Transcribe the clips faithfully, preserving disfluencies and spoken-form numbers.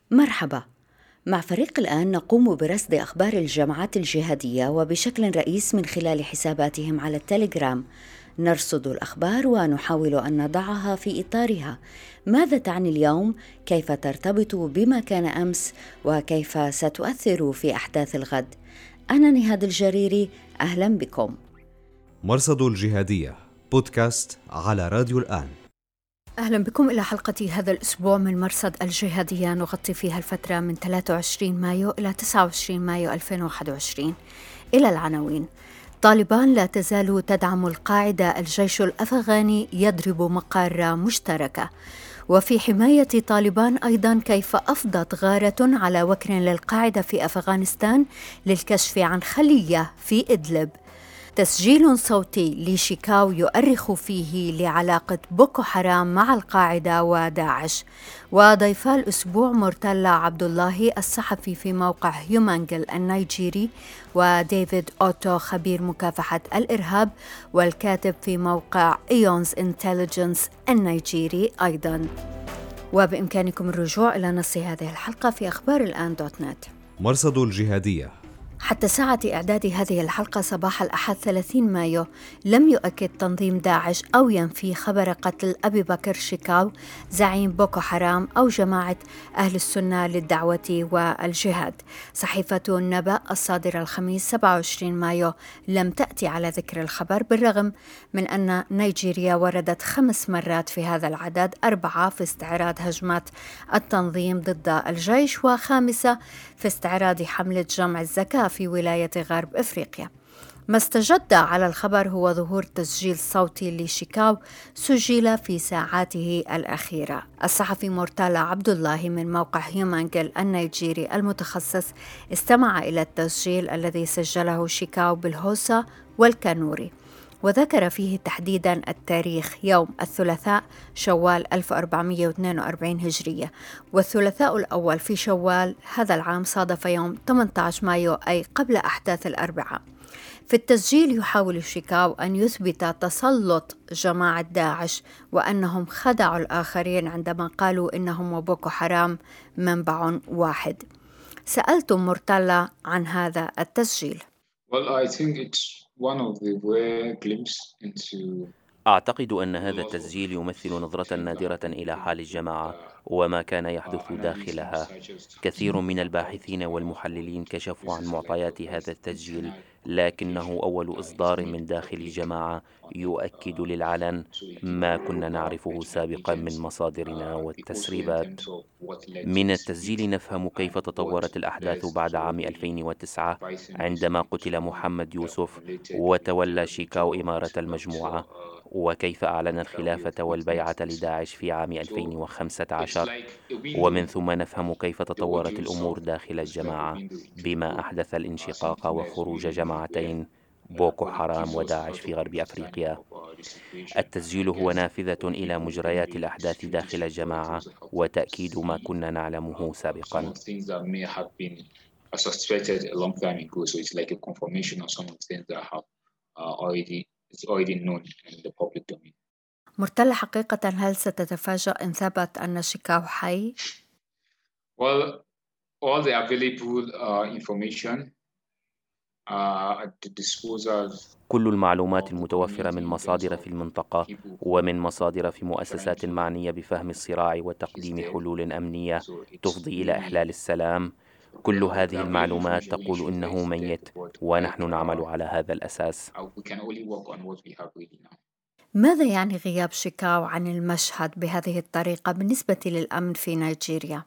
مرحبا. مع فريق الآن نقوم برصد أخبار الجماعات الجهادية وبشكل رئيس من خلال حساباتهم على التليجرام. نرصد الأخبار ونحاول أن نضعها في إطارها. ماذا تعني اليوم؟ كيف ترتبط بما كان أمس؟ وكيف ستؤثر في أحداث الغد؟ أنا نهاد الجريري، أهلا بكم. مرصد الجهادية بودكاست على راديو الآن. أهلا بكم إلى حلقة هذا الأسبوع من مرصد الجهادية، نغطي فيها الفترة من ثلاثة وعشرين مايو إلى تسعة وعشرين مايو ألفين وواحد وعشرين. إلى العناوين: طالبان لا تزال تدعم القاعدة، الجيش الأفغاني يضرب مقار مشتركة. وفي حماية طالبان أيضا كيف أفضت غارة على وكر للقاعدة في أفغانستان للكشف عن خلية في إدلب. تسجيل صوتي لشيكاو يؤرخ فيه لعلاقة بوكو حرام مع القاعدة وداعش. وضيفا الأسبوع مرتلا عبد الله الصحفي في موقع هيومانجل النيجيري، وديفيد أوتو خبير مكافحة الإرهاب والكاتب في موقع إيونز إنتليجنس النيجيري أيضا. وبإمكانكم الرجوع إلى نص هذه الحلقة في أخبار الآن دوت نت. مرصد الجهادية. حتى ساعة إعداد هذه الحلقة صباح الأحد ثلاثين مايو لم يؤكد تنظيم داعش أو ينفي خبر قتل أبي بكر شيكاو زعيم بوكو حرام أو جماعة أهل السنة للدعوة والجهاد. صحيفة النبأ الصادرة الخميس سبعة وعشرين مايو لم تأتي على ذكر الخبر، بالرغم من أن نيجيريا وردت خمس مرات في هذا العدد، أربعة في استعراض هجمات التنظيم ضد الجيش، وخامسة في استعراض حملة جمع الزكاة في ولاية غرب إفريقيا. ما استجد على الخبر هو ظهور تسجيل صوتي لشيكاو سجل في ساعاته الأخيرة. الصحفي مرتلا عبد الله من موقع هيومانجل النيجيري المتخصص استمع إلى التسجيل الذي سجله شيكاو بالهوسا والكانوري، وذكر فيه تحديداً التاريخ يوم الثلاثاء شوال ألف وأربعمائة واثنين وأربعين هجرية، والثلاثاء الأول في شوال هذا العام صادف يوم ثمانية عشر مايو، أي قبل أحداث الأربعاء. في التسجيل يحاول شيكاو أن يثبت تسلط جماعة داعش وأنهم خدعوا الآخرين عندما قالوا إنهم وبوكو حرام منبع واحد. سألت مرتلا عن هذا التسجيل. Well, I think it's one of the rare glimpses into أعتقد أن هذا التسجيل يمثل نظرة نادرة إلى حال الجماعة وما كان يحدث داخلها. كثير من الباحثين والمحللين كشفوا عن معطيات هذا التسجيل، لكنه أول إصدار من داخل الجماعة يؤكد للعلن ما كنا نعرفه سابقا من مصادرنا والتسريبات. من التسجيل نفهم كيف تطورت الأحداث بعد عام ألفين وتسعة عندما قتل محمد يوسف وتولى شيكاو إمارة المجموعة، وكيف أعلن الخلافة والبيعة لداعش في عام ألفين وخمسة عشر. ومن ثم نفهم كيف تطورت الأمور داخل الجماعة بما أحدث الانشقاق وخروج جماعتين بوكو حرام وداعش في غرب أفريقيا. التسجيل هو نافذة إلى مجريات الأحداث داخل الجماعة وتأكيد ما كنا نعلمه سابقا. مرتلا، حقيقة هل ستتفاجأ إن ثبت أن شيكاو حي؟ Well, all the available uh, information uh, at the disposal. كل المعلومات المتوفرة من مصادر في المنطقة ومن مصادر في مؤسسات معنية بفهم الصراع وتقديم حلول أمنية تفضي إلى إحلال السلام، كل هذه المعلومات تقول إنه ميت، ونحن نعمل على هذا الأساس. ماذا يعني غياب شيكاو عن المشهد بهذه الطريقة بالنسبة للأمن في نيجيريا؟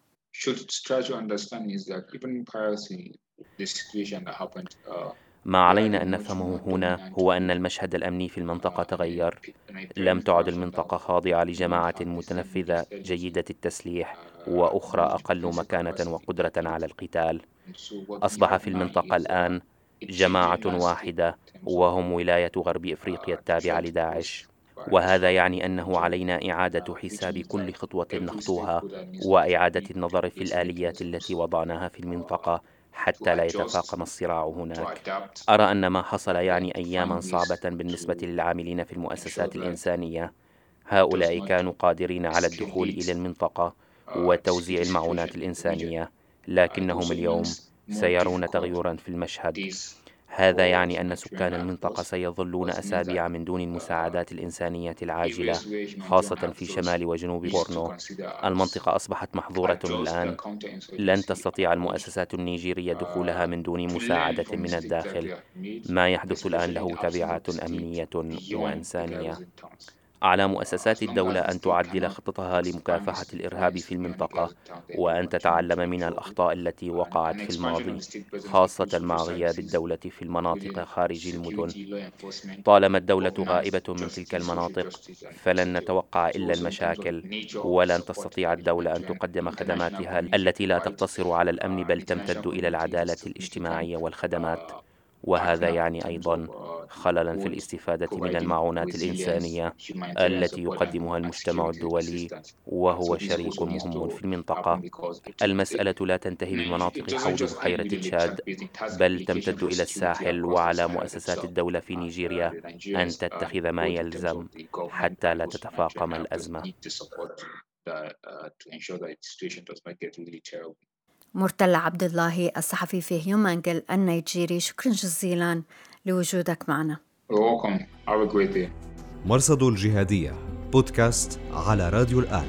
ما علينا أن نفهمه هنا هو أن المشهد الأمني في المنطقة تغير. لم تعد المنطقة خاضعة لجماعة متنفذة جيدة التسليح وأخرى أقل مكانة وقدرة على القتال. أصبح في المنطقة الآن جماعة واحدة، وهم ولاية غرب إفريقيا التابعة لداعش. وهذا يعني أنه علينا إعادة حساب كل خطوة نخطوها وإعادة النظر في الآليات التي وضعناها في المنطقة حتى لا يتفاقم الصراع هناك. أرى أن ما حصل يعني أياما صعبة بالنسبة للعاملين في المؤسسات الإنسانية. هؤلاء كانوا قادرين على الدخول إلى المنطقة وتوزيع المعونات الإنسانية، لكنهم اليوم سيرون تغيرا في المشهد. هذا يعني أن سكان المنطقة سيظلون أسابيع من دون المساعدات الإنسانية العاجلة، خاصة في شمال وجنوب بورنو. المنطقة أصبحت محظورة الآن، لن تستطيع المؤسسات النيجيرية دخولها من دون مساعدة من الداخل. ما يحدث الآن له تبعات أمنية وإنسانية. على مؤسسات الدولة أن تعدل خططها لمكافحة الإرهاب في المنطقة، وأن تتعلم من الأخطاء التي وقعت في الماضي، خاصة مع غياب الدولة في المناطق خارج المدن. طالما الدولة غائبة من تلك المناطق، فلن نتوقع إلا المشاكل، ولن تستطيع الدولة أن تقدم خدماتها التي لا تقتصر على الأمن بل تمتد إلى العدالة الاجتماعية والخدمات. وهذا يعني أيضا خللا في الاستفادة من المعونات الإنسانية التي يقدمها المجتمع الدولي، وهو شريك مهم في المنطقة. المسألة لا تنتهي بمناطق حوض بحيرة تشاد، بل تمتد إلى الساحل، وعلى مؤسسات الدولة في نيجيريا أن تتخذ ما يلزم حتى لا تتفاقم الأزمة. مرتلى عبد الله، الصحفي في هيومانجل النيجيري، شكرا جزيلا لوجودك معنا. مرصد الجهادية بودكاست على راديو الآن.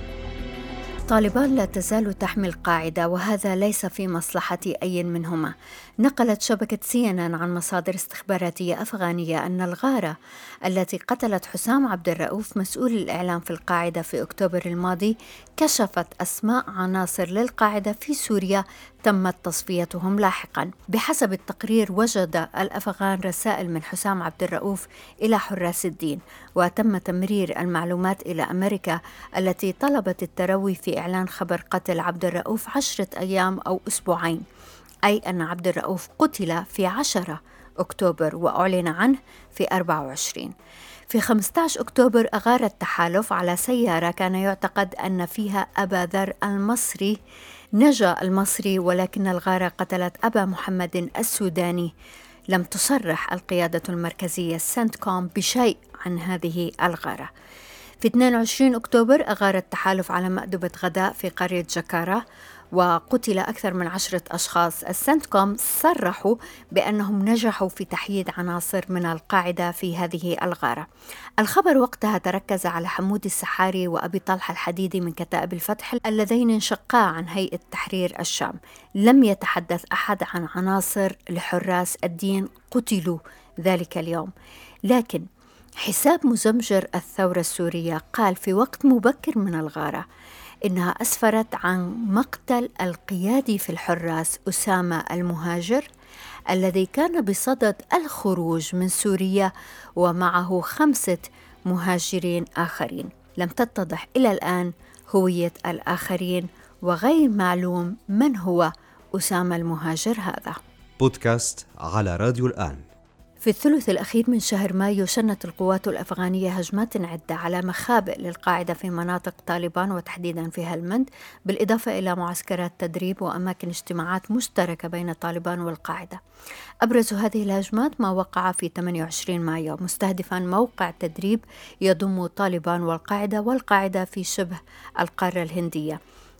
طالبان لا تزال تحمي القاعدة، وهذا ليس في مصلحة أي منهما. نقلت شبكة سي إن إن عن مصادر استخباراتية أفغانية أن الغارة التي قتلت حسام عبد الرؤوف مسؤول الإعلام في القاعدة في أكتوبر الماضي كشفت أسماء عناصر للقاعدة في سوريا تمت تصفيتهم لاحقا. بحسب التقرير، وجد الأفغان رسائل من حسام عبد الرؤوف إلى حراس الدين، وتم تمرير المعلومات إلى أمريكا التي طلبت التروي في إعلان خبر قتل عبد الرؤوف عشرة أيام أو أسبوعين، أي أن عبد الرؤوف قتل في عشرة أكتوبر وأعلن عنه في أربعة وعشرين. في خمسة عشر أكتوبر أغار التحالف على سيارة كان يعتقد أن فيها أبا ذر المصري. نجا المصري، ولكن الغارة قتلت أبا محمد السوداني. لم تصرح القيادة المركزية سنتكوم بشيء عن هذه الغارة. في اثنين وعشرين أكتوبر أغار التحالف على مأدبة غداء في قرية جكارة وقتل أكثر من عشرة أشخاص. السنتكوم صرحوا بأنهم نجحوا في تحييد عناصر من القاعدة في هذه الغارة. الخبر وقتها تركز على حمود السحاري وأبي طلحة الحديدي من كتائب الفتح اللذين انشقا عن هيئة تحرير الشام. لم يتحدث أحد عن عناصر لحراس الدين قتلوا ذلك اليوم. لكن حساب مزمجر الثورة السورية قال في وقت مبكر من الغارة إنها أسفرت عن مقتل القيادي في الحراس أسامة المهاجر الذي كان بصدد الخروج من سوريا ومعه خمسة مهاجرين آخرين. لم تتضح إلى الآن هوية الآخرين، وغير معلوم من هو أسامة المهاجر هذا. بودكاست على راديو الآن. في الثلث الأخير من شهر مايو شنت القوات الأفغانية هجمات عدة على مخابئ للقاعدة في مناطق طالبان وتحديدا في هلمند، بالإضافة إلى معسكرات تدريب وأماكن اجتماعات مشتركة بين طالبان والقاعدة. أبرز هذه الهجمات ما وقع في ثمانية وعشرين مايو مستهدفا موقع تدريب يضم طالبان والقاعدة والقاعدة في شبه القارة الهندية.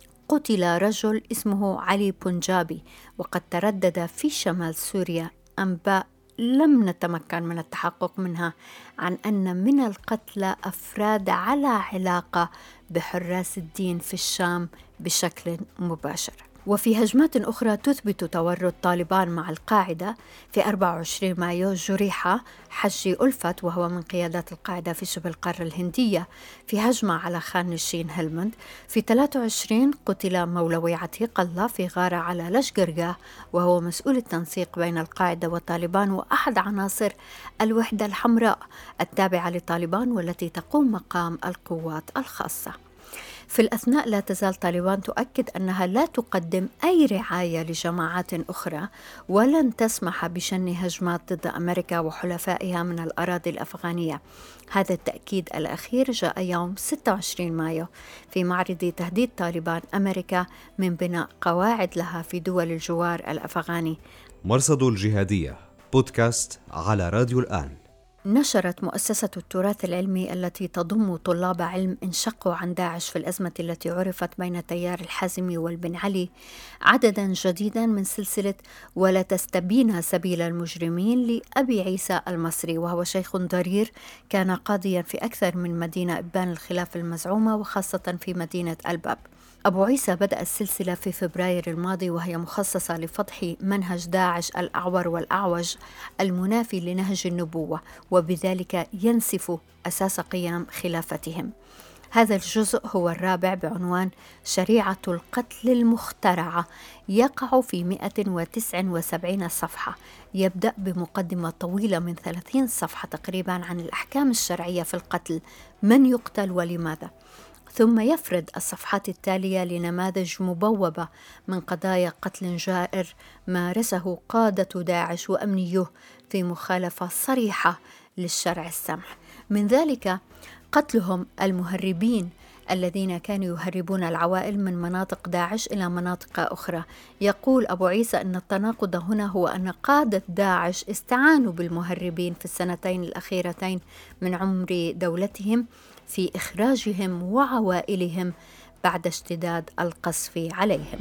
قتل رجل اسمه علي بنجابي، وقد تردد في شمال سوريا أنباء لم نتمكن من التحقق منها عن أن من القتلى أفراد على علاقة بحراس الدين في الشام بشكل مباشر. وفي هجمات أخرى تثبت تورط طالبان مع القاعدة، في أربعة وعشرين مايو جرح حجي ألفت وهو من قيادات القاعدة في شبه القارة الهندية في هجمة على خان نشين هلمند. في ثلاثة وعشرين قتل مولوي عتيق الله في غارة على لشقرقاه، وهو مسؤول التنسيق بين القاعدة وطالبان وأحد عناصر الوحدة الحمراء التابعة لطالبان والتي تقوم مقام القوات الخاصة. في الأثناء لا تزال طالبان تؤكد أنها لا تقدم أي رعاية لجماعات أخرى ولن تسمح بشن هجمات ضد أمريكا وحلفائها من الأراضي الأفغانية. هذا التأكيد الأخير جاء يوم ستة وعشرين مايو في معرض تهديد طالبان أمريكا من بناء قواعد لها في دول الجوار الأفغاني. مرصد الجهادية بودكاست على راديو الآن. نشرت مؤسسة التراث العلمي التي تضم طلاب علم انشقوا عن داعش في الأزمة التي عرفت بين تيار الحازمي والبن علي عددا جديدا من سلسلة ولا تستبين سبيل المجرمين لأبي عيسى المصري، وهو شيخ ضرير كان قاضيا في أكثر من مدينة إبان الخلافة المزعومة وخاصة في مدينة الباب. أبو عيسى بدأ السلسلة في فبراير الماضي، وهي مخصصة لفضح منهج داعش الأعور والأعوج المنافي لنهج النبوة، وبذلك ينسف أساس قيام خلافتهم. هذا الجزء هو الرابع بعنوان شريعة القتل المخترعة، يقع في مئة وتسعة وسبعين صفحة. يبدأ بمقدمة طويلة من ثلاثين صفحة تقريبا عن الأحكام الشرعية في القتل، من يقتل ولماذا، ثم يفرد الصفحات التالية لنماذج مبوبة من قضايا قتل جائر مارسه قادة داعش وأمنيه في مخالفة صريحة للشرع السمح، من ذلك قتلهم المهربين الذين كانوا يهربون العوائل من مناطق داعش إلى مناطق أخرى. يقول أبو عيسى أن التناقض هنا هو أن قادة داعش استعانوا بالمهربين في السنتين الأخيرتين من عمر دولتهم في إخراجهم وعوائلهم بعد اشتداد القصف عليهم.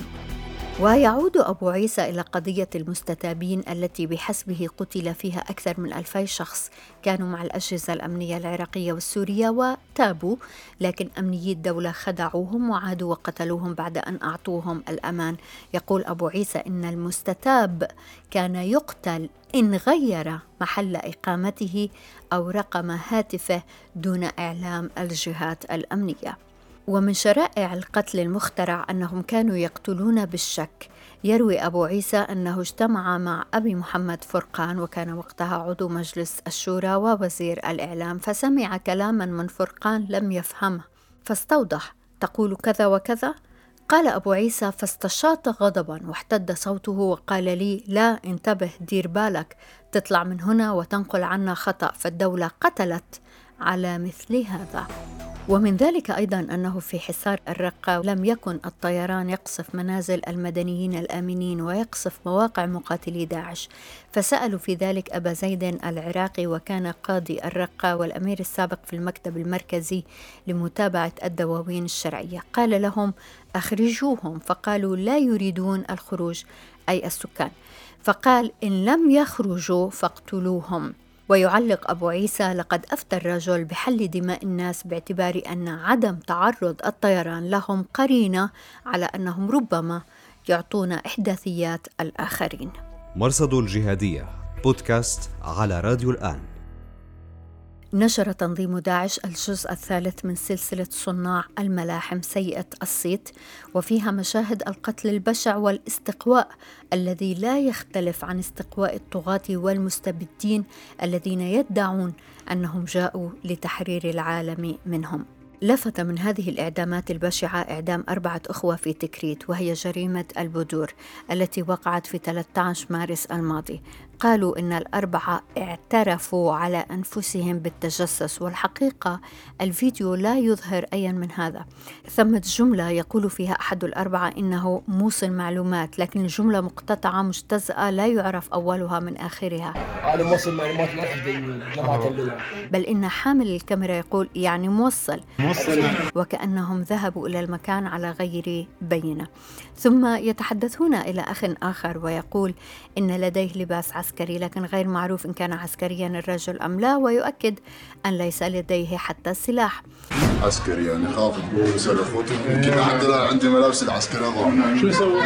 ويعود أبو عيسى إلى قضية المستتابين التي بحسبه قتل فيها أكثر من ألفي شخص كانوا مع الأجهزة الأمنية العراقية والسورية وتابوا، لكن أمنيي الدولة خدعوهم وعادوا وقتلوهم بعد أن أعطوهم الأمان. يقول أبو عيسى إن المستتاب كان يقتل إن غير محل إقامته أو رقم هاتفه دون إعلام الجهات الأمنية. ومن شرائع القتل المخترع أنهم كانوا يقتلون بالشك. يروي أبو عيسى أنه اجتمع مع أبي محمد فرقان، وكان وقتها عضو مجلس الشورى ووزير الإعلام، فسمع كلاما من فرقان لم يفهمه فاستوضح: تقول كذا وكذا؟ قال أبو عيسى: فاستشاط غضبا واحتد صوته وقال لي: لا، انتبه، دير بالك، تطلع من هنا وتنقل عنا خطأ، فالدولة قتلت على مثل هذا. ومن ذلك أيضا أنه في حصار الرقة لم يكن الطيران يقصف منازل المدنيين الآمنين ويقصف مواقع مقاتلي داعش، فسألوا في ذلك أبا زيد العراقي، وكان قاضي الرقة والأمير السابق في المكتب المركزي لمتابعة الدواوين الشرعية. قال لهم: أخرجوهم، فقالوا: لا يريدون الخروج، أي السكان. فقال: إن لم يخرجوا فاقتلوهم. ويعلق أبو عيسى: لقد أفتى الرجل بحل دماء الناس باعتبار أن عدم تعرض الطيران لهم قرينة على أنهم ربما يعطون إحداثيات الآخرين. مرصد الجهادية بودكاست على راديو الآن. نشر تنظيم داعش الجزء الثالث من سلسلة صناع الملاحم سيئة الصيت، وفيها مشاهد القتل البشع والاستقواء الذي لا يختلف عن استقواء الطغاة والمستبدين الذين يدعون أنهم جاءوا لتحرير العالم منهم. لفت من هذه الإعدامات البشعة إعدام أربعة أخوة في تكريت، وهي جريمة البدور التي وقعت في ثلاثة عشر مارس الماضي. قالوا إن الأربعة اعترفوا على أنفسهم بالتجسس، والحقيقة الفيديو لا يظهر أي من هذا. ثمة جملة يقول فيها أحد الأربعة إنه موصل معلومات، لكن الجملة مقتطعة مجتزأة لا يعرف أولها من آخرها. أنا موصل معلومات لأحد جماعة اللواء. بل إن حامل الكاميرا يقول يعني موصل، وكأنهم ذهبوا إلى المكان على غير بينة. ثم يتحدثون إلى أخ آخر ويقول إن لديه لباس عسكري، لكن غير معروف إن كان عسكريا الرجل أم لا، ويؤكد أن ليس لديه حتى سلاح عسكري. يعني خاف تقول سلفوت يمكن حتى لا عندي ملابس العسكرية. شو يسوي؟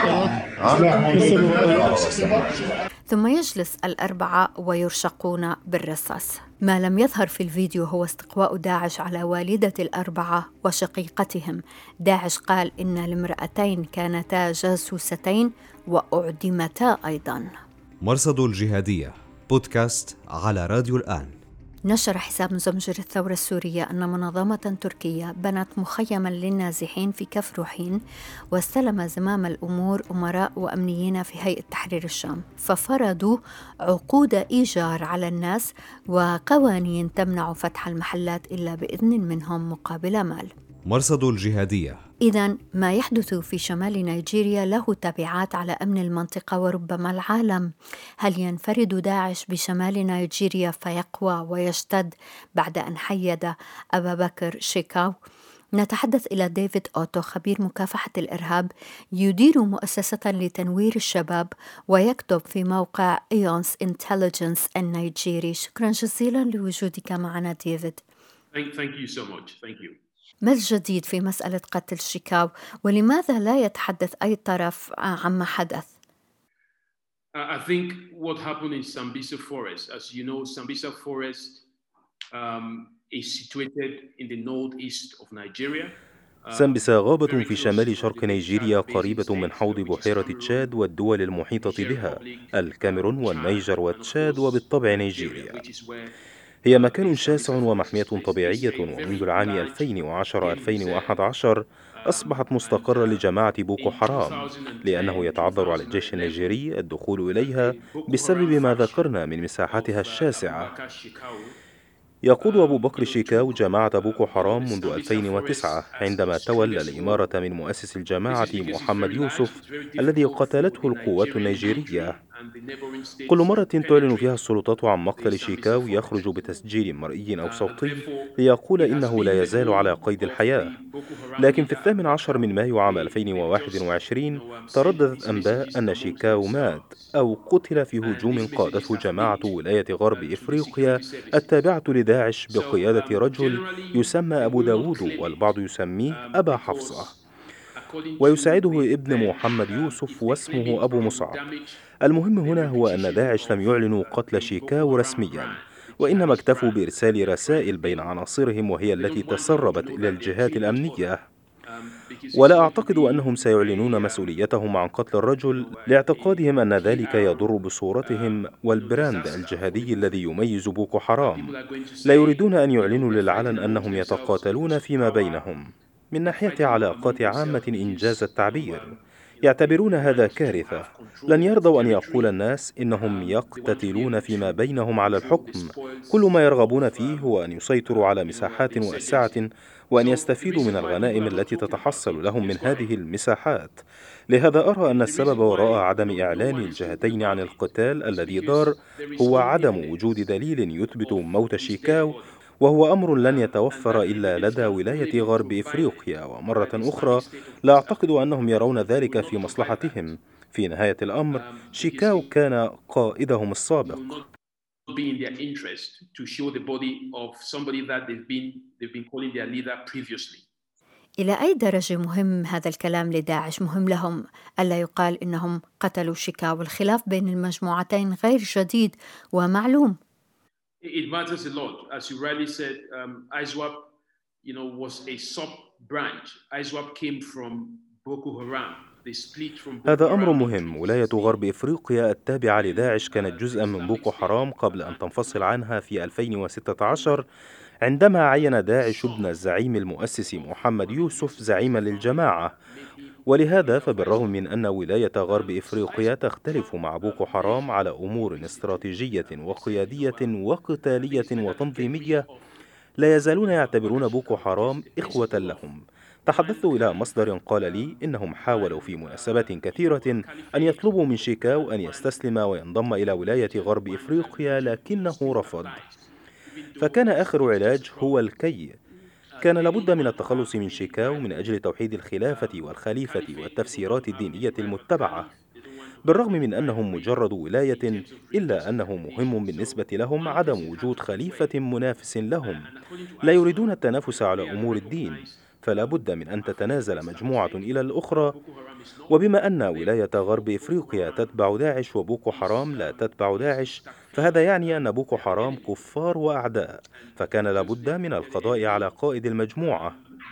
ثم يجلس الأربعة ويرشقون بالرصاص. ما لم يظهر في الفيديو هو استقواء داعش على والدة الأربعة وشقيقتهم. داعش قال إن الامرأتين كانتا جاسوستين وأعدمتا أيضا. مرصد الجهادية بودكاست على راديو الآن. نشر حساب مزمجر الثورة السورية أن منظمة تركية بنت مخيما للنازحين في كفر حين، واستلم زمام الأمور أمراء وأمنيين في هيئة تحرير الشام، ففرضوا عقود إيجار على الناس وقوانين تمنع فتح المحلات إلا بإذن منهم مقابل مال. مرصد الجهادية إذن ما يحدث في شمال نيجيريا له تبعات على أمن المنطقة وربما العالم. هل ينفرد داعش بشمال نيجيريا فيقوى ويشتد بعد أن حيد أبا بكر شيكاو؟ نتحدث إلى ديفيد أوتو، خبير مكافحة الإرهاب يدير مؤسسة لتنوير الشباب ويكتب في موقع إيونس إنتليجنس النيجيري. شكرا جزيلا لوجودك معنا ديفيد. Thank, thank you so much. Thank you. ما الجديد في مسألة قتل شيكاو ولماذا لا يتحدث أي طرف عما حدث؟ I think what happened in Sambisa Forest, as you know, Sambisa Forest um, is situated in the northeast of Nigeria. سامبسا غابة في شمال شرق نيجيريا قريبة من حوض بحيرة تشاد والدول المحيطة بها الكاميرون والنيجر وتشاد وبالطبع نيجيريا. هي مكان شاسع ومحمية طبيعية، ومنذ العام ألفين وعشرة ألفين وأحد عشر أصبحت مستقرا لجماعة بوكو حرام، لأنه يتعذر على الجيش النيجيري الدخول إليها بسبب ما ذكرنا من مساحتها الشاسعة. يقود أبو بكر شيكاو جماعة بوكو حرام منذ ألفين وتسعة عندما تولى الإمارة من مؤسس الجماعة محمد يوسف الذي قتلته القوات النيجيرية. كل مرة تعلن فيها السلطات عن مقتل شيكاو يخرج بتسجيل مرئي أو صوتي ليقول إنه لا يزال على قيد الحياة، لكن في الثامن عشر من مايو عام ألفين وواحد وعشرين ترددت أنباء أن شيكاو مات أو قتل في هجوم قادته جماعة ولاية غرب إفريقيا التابعة لداعش بقيادة رجل يسمى أبو داود والبعض يسميه أبا حفصة، ويساعده ابن محمد يوسف واسمه أبو مصعب. المهم هنا هو أن داعش لم يعلنوا قتل شيكاو رسميا، وإنما اكتفوا بإرسال رسائل بين عناصرهم وهي التي تسربت إلى الجهات الأمنية. ولا أعتقد أنهم سيعلنون مسؤوليتهم عن قتل الرجل لاعتقادهم أن ذلك يضر بصورتهم والبراند الجهادي الذي يميز بوكو حرام. لا يريدون أن يعلنوا للعلن أنهم يتقاتلون فيما بينهم. من ناحية علاقات عامة إنجاز التعبير، يعتبرون هذا كارثة. لن يرضوا أن يقول الناس إنهم يقتتلون فيما بينهم على الحكم. كل ما يرغبون فيه هو أن يسيطروا على مساحات واسعة وأن يستفيدوا من الغنائم التي تتحصل لهم من هذه المساحات. لهذا أرى أن السبب وراء عدم إعلان الجهتين عن القتال الذي دار هو عدم وجود دليل يثبت موت شيكاو، وهو أمر لن يتوفر إلا لدى ولاية غرب إفريقيا. ومرة أخرى لا أعتقد أنهم يرون ذلك في مصلحتهم. في نهاية الأمر شيكاو كان قائدهم السابق. إلى أي درجة مهم هذا الكلام لداعش؟ مهم لهم ألا يقال إنهم قتلوا شيكاو؟ الخلاف بين المجموعتين غير جديد ومعلوم. It matters a lot. As you rightly said, um, ISWAP, you know, was a sub-branch. ISWAP came from Boko Haram. They split from Boko هذا أمر Haram. مهم. ولاية غرب إفريقيا التابعة لداعش كانت جزءا من بوكو حرام قبل أن تنفصل عنها في ألفين وستة عشر عندما عين داعش ابن الزعيم المؤسس محمد يوسف زعيما للجماعة. ولهذا فبالرغم من أن ولاية غرب إفريقيا تختلف مع بوكو حرام على أمور استراتيجية وقيادية وقتالية وتنظيمية، لا يزالون يعتبرون بوكو حرام إخوة لهم. تحدثت إلى مصدر قال لي إنهم حاولوا في مناسبات كثيرة أن يطلبوا من شيكاو أن يستسلم وينضم إلى ولاية غرب إفريقيا، لكنه رفض. فكان آخر علاج هو الكي. كان لابد من التخلص من شيكاو من أجل توحيد الخلافة والخليفة والتفسيرات الدينية المتبعة. بالرغم من أنهم مجرد ولاية، إلا أنه مهم بالنسبة لهم عدم وجود خليفة منافس لهم. لا يريدون التنافس على أمور الدين، فلا بد من أن تتنازل مجموعة إلى الأخرى. وبما أن ولاية غرب إفريقيا تتبع داعش وبوكو حرام لا تتبع داعش، فهذا يعني أن بوكو حرام كفار وأعداء، فكان لابد من القضاء على قائد المجموعة.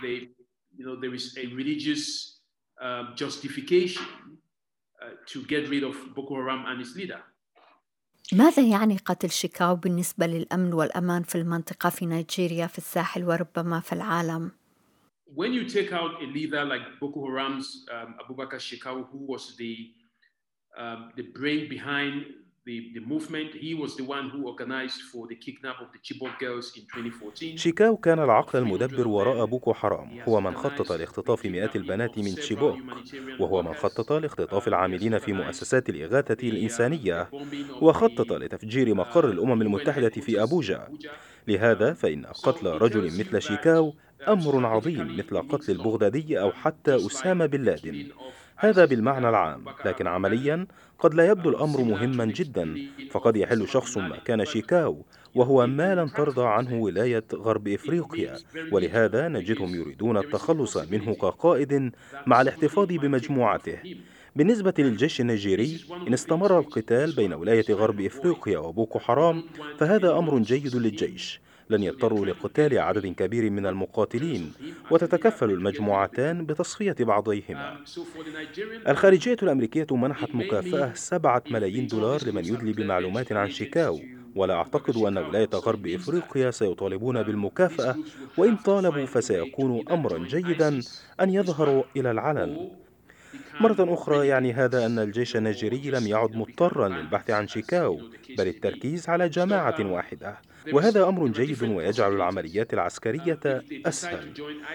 ماذا يعني قتل شيكاو بالنسبة للأمن والأمان في المنطقة في نيجيريا، في الساحل وربما في العالم؟ When you take out a leader like Boko Haram's um, Abu Bakr Shekau, who was the um, the brain behind شيكاو كان العقل المدبر وراء بوكو حرام، هو من خطط لاختطاف مئات البنات من تشيبوك، وهو من خطط لاختطاف العاملين في مؤسسات الإغاثة الإنسانية، وخطط لتفجير مقر الأمم المتحدة في أبوجا. لهذا فإن قتل رجل مثل شيكاو أمر عظيم مثل قتل البغدادي أو حتى أسامة بن لادن. هذا بالمعنى العام، لكن عمليا قد لا يبدو الأمر مهما جدا، فقد يحل شخص مكان شيكاو وهو ما لن ترضى عنه ولاية غرب إفريقيا، ولهذا نجدهم يريدون التخلص منه كقائد مع الاحتفاظ بمجموعته. بالنسبة للجيش النيجيري، إن استمر القتال بين ولاية غرب إفريقيا وبوكو حرام فهذا أمر جيد للجيش، لن يضطروا لقتال عدد كبير من المقاتلين، وتتكفل المجموعتان بتصفية بعضيهما. الخارجية الأمريكية منحت مكافأة سبعة ملايين دولار لمن يدلي بمعلومات عن شيكاو، ولا أعتقد أن ولاية غرب إفريقيا سيطالبون بالمكافأة، وإن طالبوا فسيكون أمرا جيدا أن يظهروا إلى العلن. مرة أخرى يعني هذا أن الجيش النيجيري لم يعد مضطرا للبحث عن شيكاو، بل التركيز على جماعة واحدة، وهذا أمر جيد ويجعل العمليات العسكرية أسهل.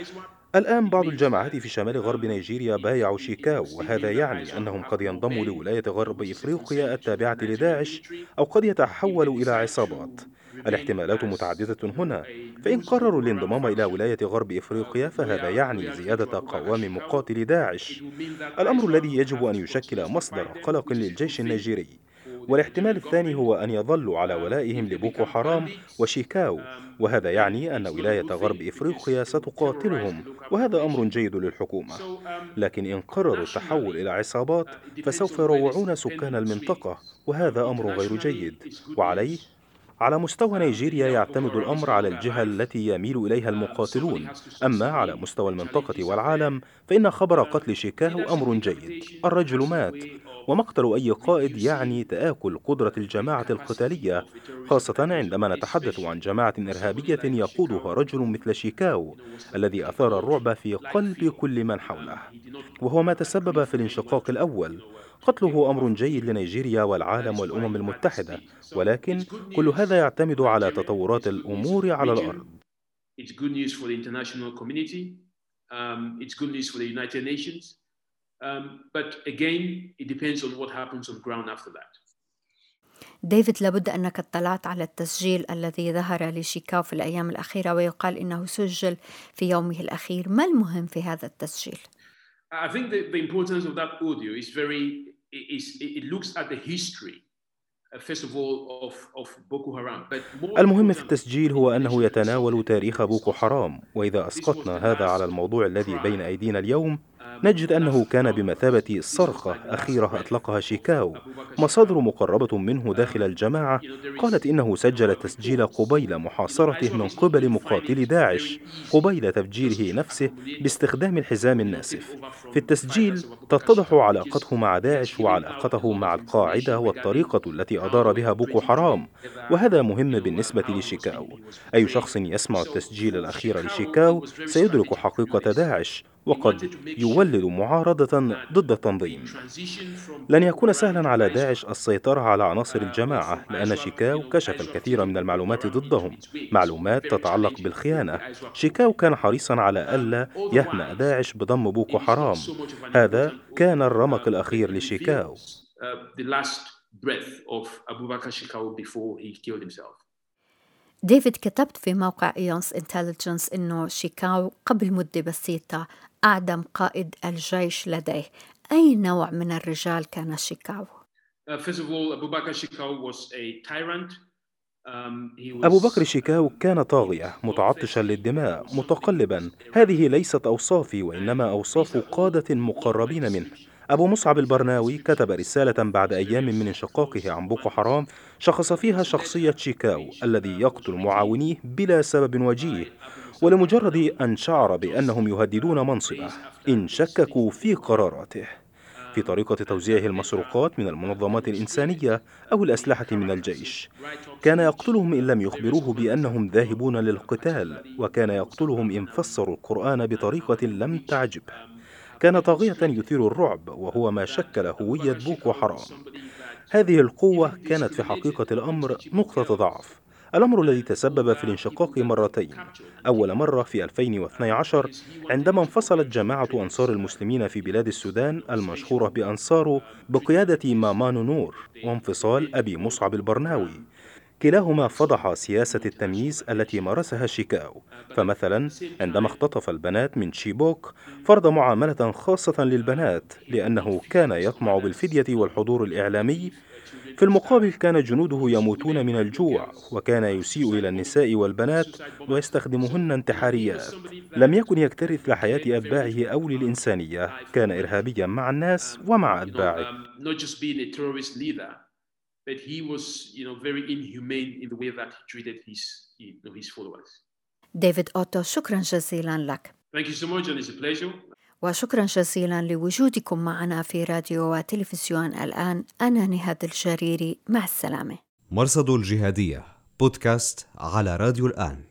الآن بعض الجماعات في شمال غرب نيجيريا بايعوا شيكاو، وهذا يعني أنهم قد ينضموا لولاية غرب إفريقيا التابعة لداعش، أو قد يتحولوا إلى عصابات. الاحتمالات متعددة هنا، فإن قرروا الانضمام إلى ولاية غرب إفريقيا فهذا يعني زيادة قوام مقاتلي داعش، الأمر الذي يجب أن يشكل مصدر قلق للجيش النيجيري. والاحتمال الثاني هو أن يظلوا على ولائهم لبوكو حرام وشيكاو، وهذا يعني أن ولاية غرب إفريقيا ستقاتلهم، وهذا أمر جيد للحكومة. لكن إن قرروا التحول إلى عصابات فسوف يروعون سكان المنطقة، وهذا أمر غير جيد. وعليه على مستوى نيجيريا يعتمد الأمر على الجهة التي يميل إليها المقاتلون، أما على مستوى المنطقة والعالم فإن خبر قتل شيكاو أمر جيد. الرجل مات، ومقتل أي قائد يعني تآكل قدرة الجماعة القتالية، خاصة عندما نتحدث عن جماعة إرهابية يقودها رجل مثل شيكاو الذي أثار الرعب في قلب كل من حوله، وهو ما تسبب في الانشقاق الأول. قتله أمر جيد لنيجيريا والعالم والأمم المتحدة، ولكن كل هذا يعتمد على تطورات الأمور على الأرض. ديفيد، لابد أنك اطلعت على التسجيل الذي ظهر لشيكاو في الأيام الأخيرة، ويقال إنه سجل في يومه الأخير. ما المهم في هذا التسجيل؟ I think the, the importance of that audio is very, is, it looks at the history, uh, first of all, of, of Boko Haram. But more المهم في التسجيل هو أنه يتناول تاريخ بوكو حرام، وإذا أسقطنا هذا على الموضوع الذي بين أيدينا اليوم نجد أنه كان بمثابة صرخة أخيرة أطلقها شيكاو. مصادر مقربة منه داخل الجماعة قالت إنه سجل التسجيل قبيل محاصرته من قبل مقاتلي داعش، قبيل تفجيره نفسه باستخدام الحزام الناسف. في التسجيل تتضح علاقته مع داعش وعلاقته مع القاعدة والطريقة التي أدار بها بوكو حرام، وهذا مهم بالنسبة لشيكاو. أي شخص يسمع التسجيل الأخير لشيكاو سيدرك حقيقة داعش، وقد يولد معارضة ضد التنظيم. لن يكون سهلا على داعش السيطرة على عناصر الجماعة، لأن شيكاو كشف الكثير من المعلومات ضدهم، معلومات تتعلق بالخيانة. شيكاو كان حريصا على ألا يهنأ داعش بضم بوكو حرام، هذا كان الرمق الأخير لشيكاو. ديفيد، كتبت في موقع إيونس انتليجنس إنه شيكاو قبل مدة بسيطة أعدم قائد الجيش لديه. أي نوع من الرجال كان شيكاو؟ أبو بكر شيكاو كان طاغية، متعطشا للدماء، متقلبا. هذه ليست أوصافي، وإنما أوصاف قادة مقربين منه. أبو مصعب البرناوي كتب رسالة بعد أيام من انشقاقه عن بوكو حرام شخص فيها شخصية شيكاو الذي يقتل معاونيه بلا سبب وجيه، ولمجرد أن شعر بأنهم يهددون منصبه إن شككوا في قراراته، في طريقة توزيعه المسروقات من المنظمات الإنسانية أو الأسلحة من الجيش. كان يقتلهم إن لم يخبروه بأنهم ذاهبون للقتال، وكان يقتلهم إن فسروا القرآن بطريقة لم تعجبه. كان طاغية يثير الرعب، وهو ما شكل هوية بوكو حرام. هذه القوة كانت في حقيقة الأمر نقطة ضعف، الأمر الذي تسبب في الانشقاق مرتين. أول مرة في ألفين واثني عشر عندما انفصلت جماعة أنصار المسلمين في بلاد السودان المشهورة بأنصاره بقيادة مامان نور، وانفصال أبي مصعب البرناوي. كلاهما فضح سياسة التمييز التي مارسها شيكاو. فمثلا عندما اختطف البنات من تشيبوك فرض معاملة خاصة للبنات لأنه كان يطمع بالفدية والحضور الإعلامي، في المقابل كان جنوده يموتون من الجوع، وكان يسيء إلى النساء والبنات ويستخدمهن انتحاريات. لم يكن يكترث لحياة أتباعه أو للإنسانية، كان إرهابيا مع الناس ومع أتباعه. But he was, you know, very inhumane in the way that he treated his, you know, his followers. ديفيد أوتو، شكرا جزيلا لك. Thank you so much, and it's a pleasure. وشكرا جزيلا لوجودكم معنا في راديو وتلفزيون الآن. أنا نهاد الجريري، مع السلامة. مرصد الجهادية بودكاست على راديو الآن.